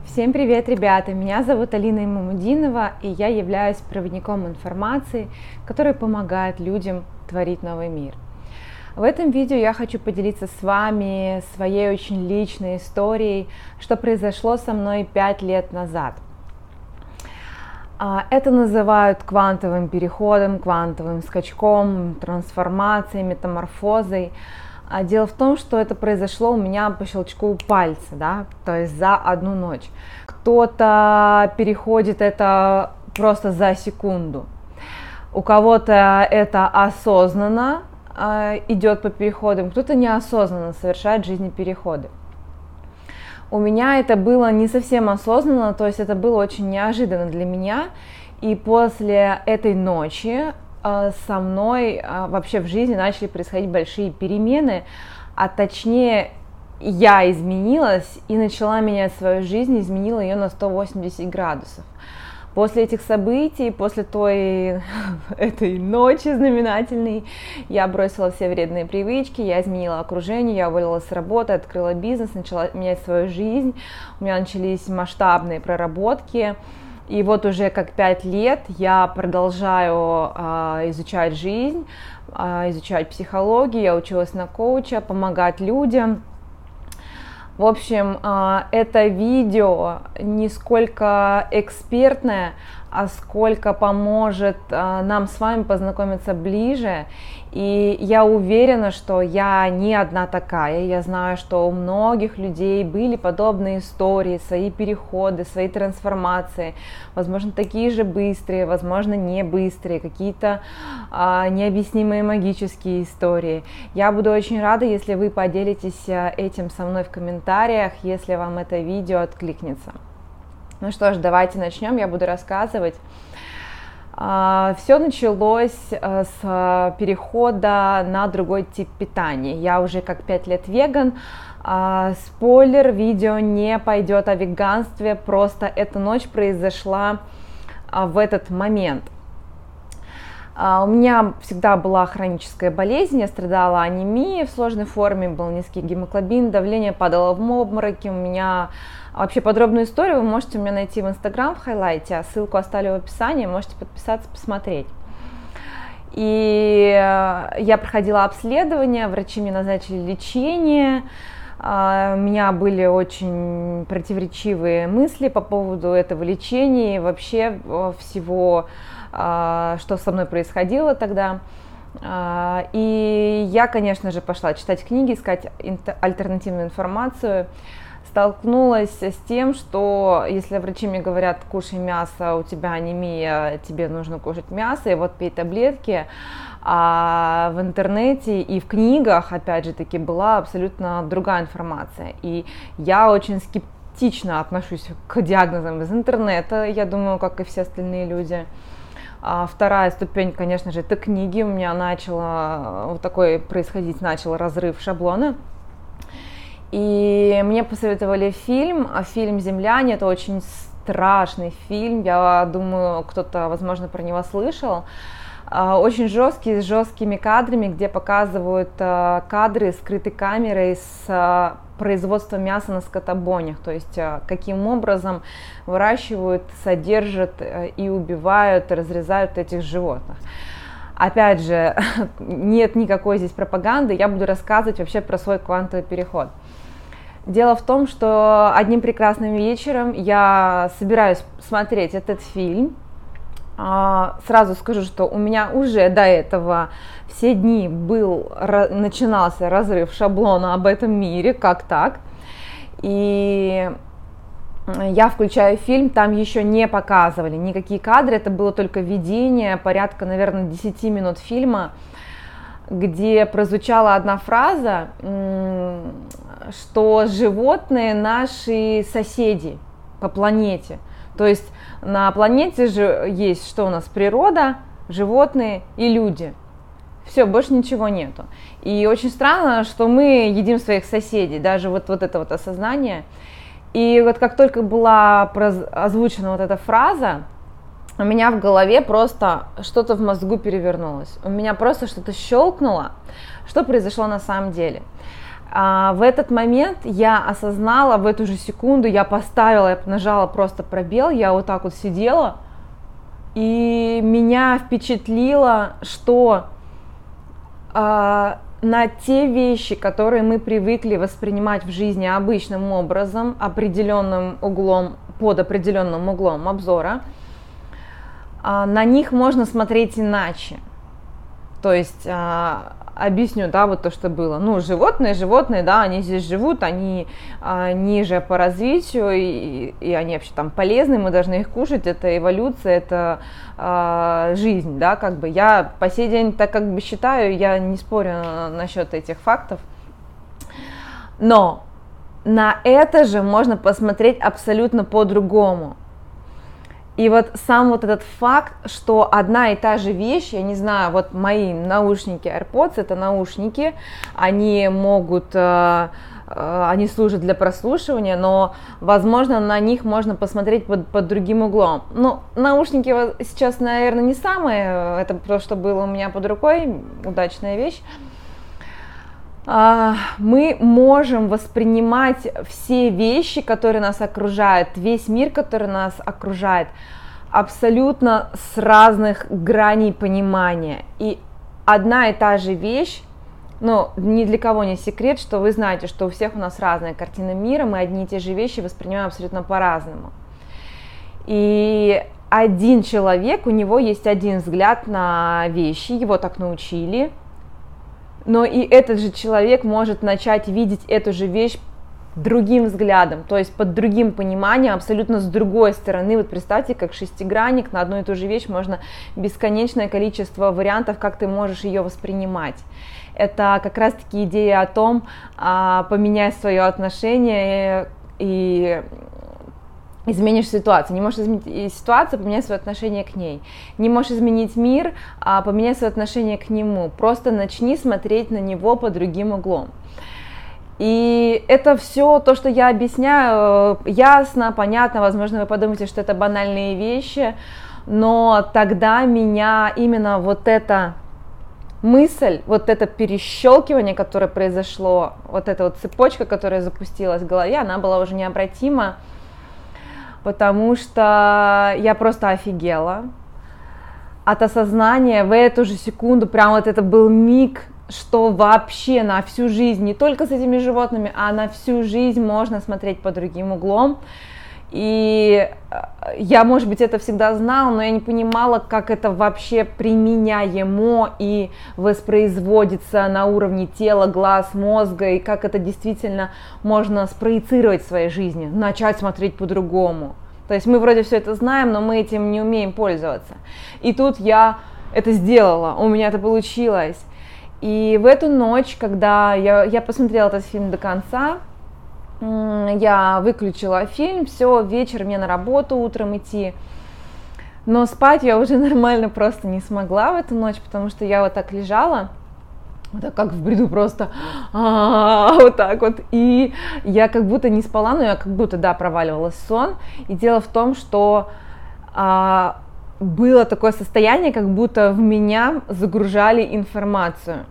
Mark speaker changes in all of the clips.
Speaker 1: Всем привет, ребята! Меня зовут Алина Имамудинова, и я являюсь проводником информации, который помогает людям творить новый мир. В этом видео я хочу поделиться с вами своей очень личной историей, что произошло со мной 5 лет назад. Это называют квантовым переходом, квантовым скачком, трансформацией, метаморфозой. Дело в том, что это произошло у меня по щелчку пальца, да, то есть за одну ночь. Кто-то переходит это просто за секунду, у кого-то это осознанно идет по переходам, кто-то неосознанно совершает в жизни переходы. У меня это было не совсем осознанно, то есть это было очень неожиданно для меня, и после этой ночи со мной вообще в жизни начали происходить большие перемены, а точнее я изменилась и начала менять свою жизнь, изменила ее на 180 градусов. После этих событий, после этой ночи знаменательной, я бросила все вредные привычки, я изменила окружение, я уволилась с работы, открыла бизнес, начала менять свою жизнь, у меня начались масштабные проработки. И вот уже как 5 лет я продолжаю изучать жизнь, изучать психологию, я училась на коуча, помогать людям. В общем, это видео не сколько экспертное, а сколько поможет нам с вами познакомиться ближе. И я уверена, что я не одна такая. Я знаю, что у многих людей были подобные истории, свои переходы, свои трансформации. Возможно, такие же быстрые, возможно, не быстрые, какие-то необъяснимые магические истории. Я буду очень рада, если вы поделитесь этим со мной в комментариях, если вам это видео откликнется. Ну что ж, давайте начнем, я буду рассказывать. Все началось с перехода на другой тип питания. Я уже как 5 лет веган. Спойлер, видео не пойдет о веганстве, просто эта ночь произошла в этот момент. У меня всегда была хроническая болезнь, я страдала анемией в сложной форме, был низкий гемоглобин, давление падало в обмороки. У меня вообще подробную историю вы можете у меня найти в Инстаграм в хайлайте, а ссылку оставлю в описании, можете подписаться, посмотреть. И я проходила обследование, врачи мне назначили лечение. У меня были очень противоречивые мысли по поводу этого лечения и вообще всего, что со мной происходило тогда. И я, конечно же, пошла читать книги, искать альтернативную информацию. Столкнулась с тем, что если врачи мне говорят, кушай мясо, у тебя анемия, тебе нужно кушать мясо, и вот пей таблетки, а в интернете и в книгах, опять же таки, была абсолютно другая информация. И я очень скептично отношусь к диагнозам из интернета, я думаю, как и все остальные люди. Вторая ступень, конечно же, это книги. У меня начал разрыв шаблона. И мне посоветовали фильм «Земляне». Это очень страшный фильм. Я думаю, кто-то, возможно, про него слышал. Очень жесткий, с жесткими кадрами, где показывают кадры скрытой камерой с производства мяса на скотобойнях, то есть каким образом выращивают, содержат и убивают, разрезают этих животных. Опять же, нет никакой здесь пропаганды, я буду рассказывать вообще про свой квантовый переход. Дело в том, что одним прекрасным вечером я собираюсь смотреть этот фильм. Сразу скажу, что у меня уже до этого все дни начинался разрыв шаблона об этом мире, как так. И я включаю фильм, там еще не показывали никакие кадры, это было только видение, порядка, наверное, 10 минут фильма, где прозвучала одна фраза, что животные наши соседи по планете. То есть на планете же есть что у нас? Природа, животные и люди. Все, больше ничего нету. И очень странно, что мы едим своих соседей, даже вот это вот осознание. И вот как только была озвучена вот эта фраза, у меня в голове просто что-то в мозгу перевернулось. У меня просто что-то щелкнуло, что произошло на самом деле. В этот момент я осознала, в эту же секунду я нажала просто пробел, я вот так вот сидела, и меня впечатлило, что на те вещи, которые мы привыкли воспринимать в жизни обычным образом, определенным углом, под определенным углом обзора, на них можно смотреть иначе. То есть, объясню, да, вот то, что было. Ну, животные, да, они здесь живут, они ниже по развитию, и они вообще там полезны, мы должны их кушать, это эволюция, это жизнь, да, как бы. Я по сей день так как бы считаю, я не спорю насчет этих фактов, но на это же можно посмотреть абсолютно по-другому. И вот сам вот этот факт, что одна и та же вещь, я не знаю, вот мои наушники AirPods, это наушники, они служат для прослушивания, но, возможно, на них можно посмотреть под другим углом. Ну, наушники сейчас, наверное, не самое, это то, что было у меня под рукой, удачная вещь. Мы можем воспринимать все вещи, которые нас окружают, весь мир, который нас окружает, абсолютно с разных граней понимания. И одна и та же вещь, ну, ни для кого не секрет, что вы знаете, что у всех у нас разная картина мира, мы одни и те же вещи воспринимаем абсолютно по-разному. И один человек, у него есть один взгляд на вещи, его так научили. Но и этот же человек может начать видеть эту же вещь другим взглядом, то есть под другим пониманием, абсолютно с другой стороны. Вот представьте, как шестигранник, на одну и ту же вещь можно бесконечное количество вариантов, как ты можешь ее воспринимать. Это как раз-таки идея о том, поменяй свое отношение и изменишь ситуацию. Не можешь изменить ситуацию, поменяй свое отношение к ней. Не можешь изменить мир, поменяй свое отношение к нему. Просто начни смотреть на него под другим углом. И это все то, что я объясняю, ясно, понятно. Возможно, вы подумаете, что это банальные вещи, но тогда меня именно вот эта мысль, вот это перещелкивание, которое произошло, вот эта вот цепочка, которая запустилась в голове, она была уже необратима. Потому что я просто офигела от осознания в эту же секунду, прям вот это был миг, что вообще на всю жизнь, не только с этими животными, а на всю жизнь можно смотреть под другим углом. И я, может быть, это всегда знала, но я не понимала, как это вообще применяемо и воспроизводится на уровне тела, глаз, мозга, и как это действительно можно спроецировать в своей жизни, начать смотреть по-другому. То есть мы вроде все это знаем, но мы этим не умеем пользоваться. И тут я это сделала, у меня это получилось. И в эту ночь, когда я посмотрела этот фильм до конца, я выключила фильм, все, вечер мне на работу, утром идти. Но спать я уже нормально просто не смогла в эту ночь, потому что я вот так лежала, вот так как в бреду просто, вот так вот. И я как будто не спала, но я как будто, да, проваливалась в сон. И дело в том, что было такое состояние, как будто в меня загружали информацию.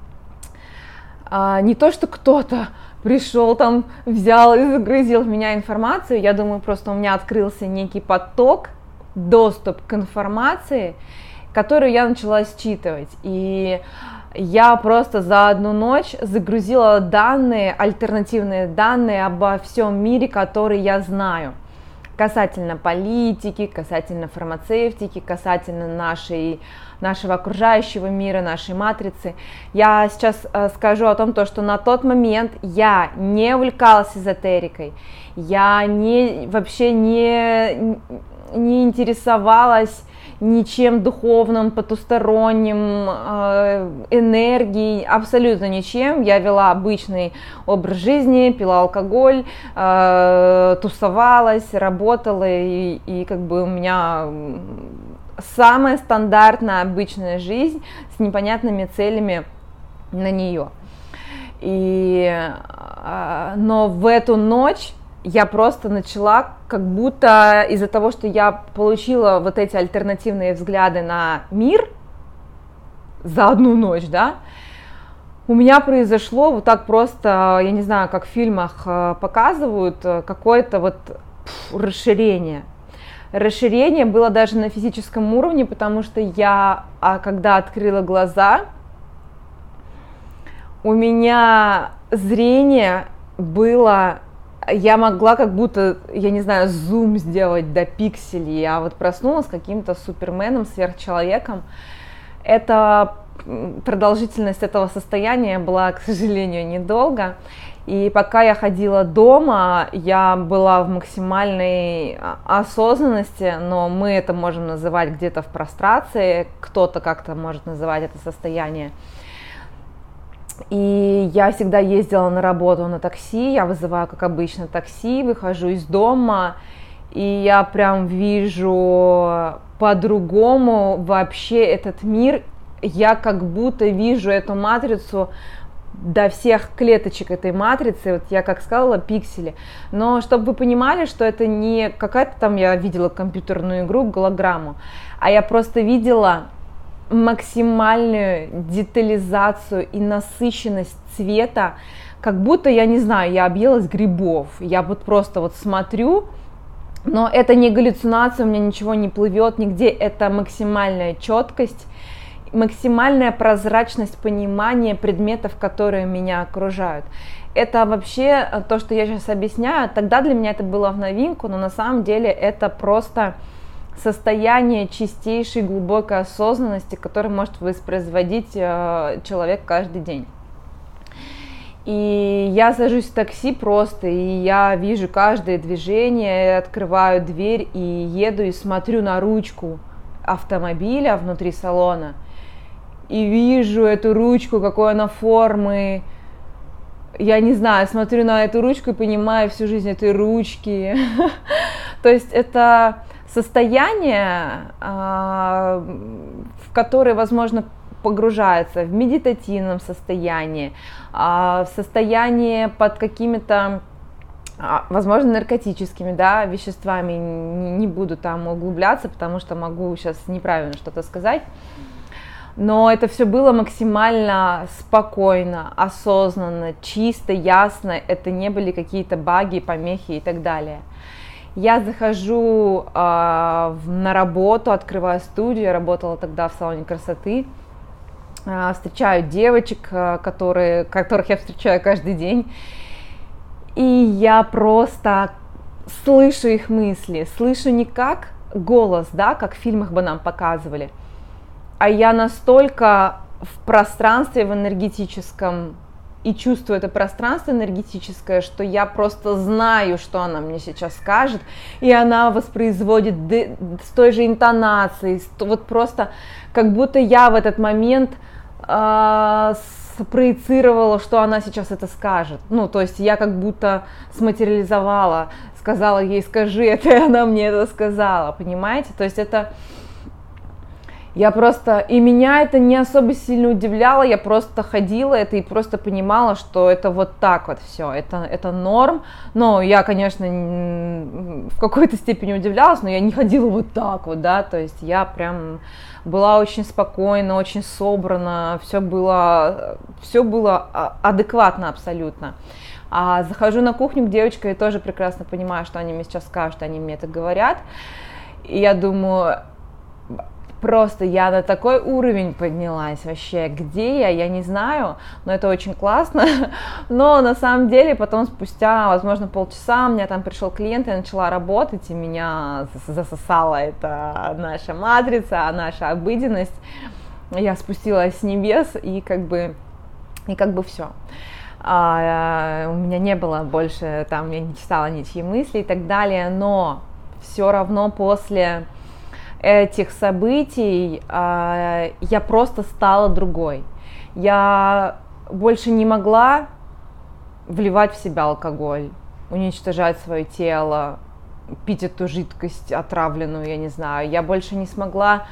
Speaker 1: Не то, что кто-то пришел там, взял и загрузил в меня информацию, я думаю, просто у меня открылся некий поток, доступ к информации, которую я начала считывать. И я просто за одну ночь загрузила данные, альтернативные данные обо всем мире, который я знаю. Касательно политики, касательно фармацевтики, касательно нашего окружающего мира, нашей матрицы. Я сейчас скажу о том, что на тот момент я не увлекалась эзотерикой, я вообще не интересовалась ничем духовным, потусторонним, энергией, абсолютно ничем. Я вела обычный образ жизни, пила алкоголь, тусовалась, работала, и как бы у меня самая стандартная, обычная жизнь с непонятными целями на нее. Но в эту ночь я просто начала, как будто из-за того, что я получила вот эти альтернативные взгляды на мир за одну ночь, да, у меня произошло вот так просто, я не знаю, как в фильмах показывают, какое-то вот расширение. Расширение было даже на физическом уровне, потому что я, когда открыла глаза, у меня зрение было, я могла как будто, я не знаю, зум сделать до пикселей. Я вот проснулась каким-то суперменом, сверхчеловеком. Это продолжительность этого состояния была, к сожалению, недолго. И пока я ходила дома, я была в максимальной осознанности, но мы это можем называть где-то в прострации, кто-то как-то может называть это состояние. И я всегда ездила на работу на такси, я вызываю, как обычно, такси, выхожу из дома, и я прям вижу по-другому вообще этот мир. Я как будто вижу эту матрицу до всех клеточек этой матрицы, вот я как сказала, пиксели. Но чтобы вы понимали, что это не какая-то там я видела компьютерную игру, голограмму, а я просто видела максимальную детализацию и насыщенность цвета, как будто, я не знаю, я объелась грибов. Я вот просто вот смотрю, но это не галлюцинация, у меня ничего не плывет нигде, это максимальная четкость, максимальная прозрачность понимания предметов, которые меня окружают. Это вообще то, что я сейчас объясняю, тогда для меня это было в новинку, но на самом деле это просто состояние чистейшей глубокой осознанности, которое может воспроизводить человек каждый день. И я сажусь в такси просто, и я вижу каждое движение, открываю дверь и еду, и смотрю на ручку автомобиля внутри салона, и вижу эту ручку, какой она формы. Я не знаю, смотрю на эту ручку и понимаю всю жизнь этой ручки. То есть это состояние, в которое, возможно, погружается в медитативном состоянии, в состоянии под какими-то, возможно, наркотическими, да, веществами. Не буду там углубляться, потому что могу сейчас неправильно что-то сказать. Но это все было максимально спокойно, осознанно, чисто, ясно. Это не были какие-то баги, помехи и так далее. Я захожу на работу, открываю студию, я работала тогда в салоне красоты, встречаю девочек, которых я встречаю каждый день, и я просто слышу их мысли, слышу не как голос, да, как в фильмах бы нам показывали, а я настолько в пространстве, в энергетическом, и чувствую это пространство энергетическое, что я просто знаю, что она мне сейчас скажет, и она воспроизводит с той же интонацией, вот просто как будто я в этот момент спроецировала, что она сейчас это скажет. Ну, то есть я как будто сматериализовала, сказала ей, скажи это, и она мне это сказала, понимаете? То есть это... Я просто, и меня это не особо сильно удивляло, я просто ходила это и просто понимала, что это вот так вот все, это норм, но я, конечно, в какой-то степени удивлялась, но я не ходила вот так вот, да, то есть я прям была очень спокойна, очень собрана, все было адекватно абсолютно. А захожу на кухню к девочкам и тоже прекрасно понимаю, что они мне сейчас скажут, они мне это говорят, и я думаю... Просто я на такой уровень поднялась вообще, где я не знаю, но это очень классно, но на самом деле потом спустя, возможно, полчаса у меня там пришел клиент, я начала работать, и меня засосала эта наша матрица, наша обыденность, я спустилась с небес, и как бы все. У меня не было больше, там, я не читала ничьи мысли и так далее, но все равно после... этих событий я просто стала другой. Я больше не могла вливать в себя алкоголь, уничтожать свое тело, пить эту жидкость отравленную, я не знаю. Я больше не смогла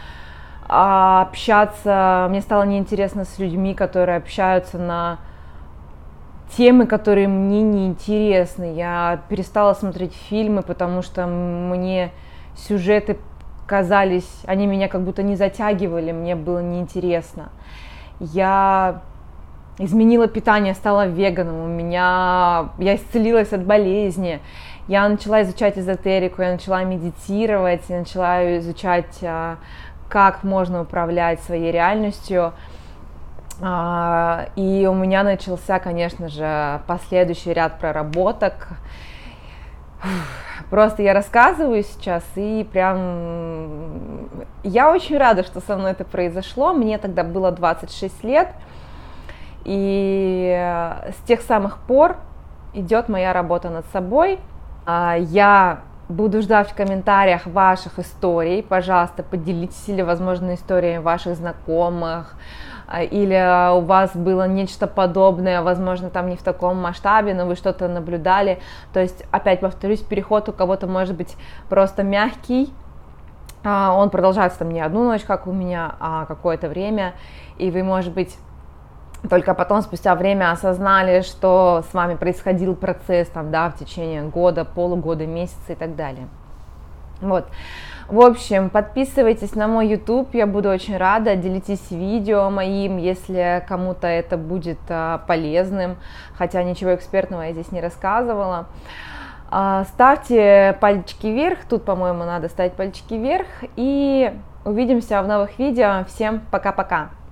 Speaker 1: общаться, мне стало неинтересно с людьми, которые общаются на темы, которые мне неинтересны. Я перестала смотреть фильмы, потому что мне сюжеты казались, они меня как будто не затягивали, мне было неинтересно. Я изменила питание, стала веганом, я исцелилась от болезни, я начала изучать эзотерику, я начала медитировать, я начала изучать, как можно управлять своей реальностью. И у меня начался, конечно же, последующий ряд проработок. Просто я рассказываю сейчас, и прям я очень рада, что со мной это произошло. Мне тогда было 26 лет, и с тех самых пор идет моя работа над собой. Я буду ждать в комментариях ваших историй. Пожалуйста, поделитесь или, возможно, историями ваших знакомых, или у вас было нечто подобное, возможно, там не в таком масштабе, но вы что-то наблюдали. То есть, опять повторюсь, переход у кого-то может быть просто мягкий, он продолжается там не одну ночь, как у меня, а какое-то время, и вы, может быть, только потом, спустя время, осознали, что с вами происходил процесс там, да, в течение года, полугода, месяца и так далее. Вот. В общем, подписывайтесь на мой YouTube, я буду очень рада, делитесь видео моим, если кому-то это будет полезным, хотя ничего экспертного я здесь не рассказывала. Ставьте пальчики вверх, тут, по-моему, надо ставить пальчики вверх, и увидимся в новых видео. Всем пока-пока!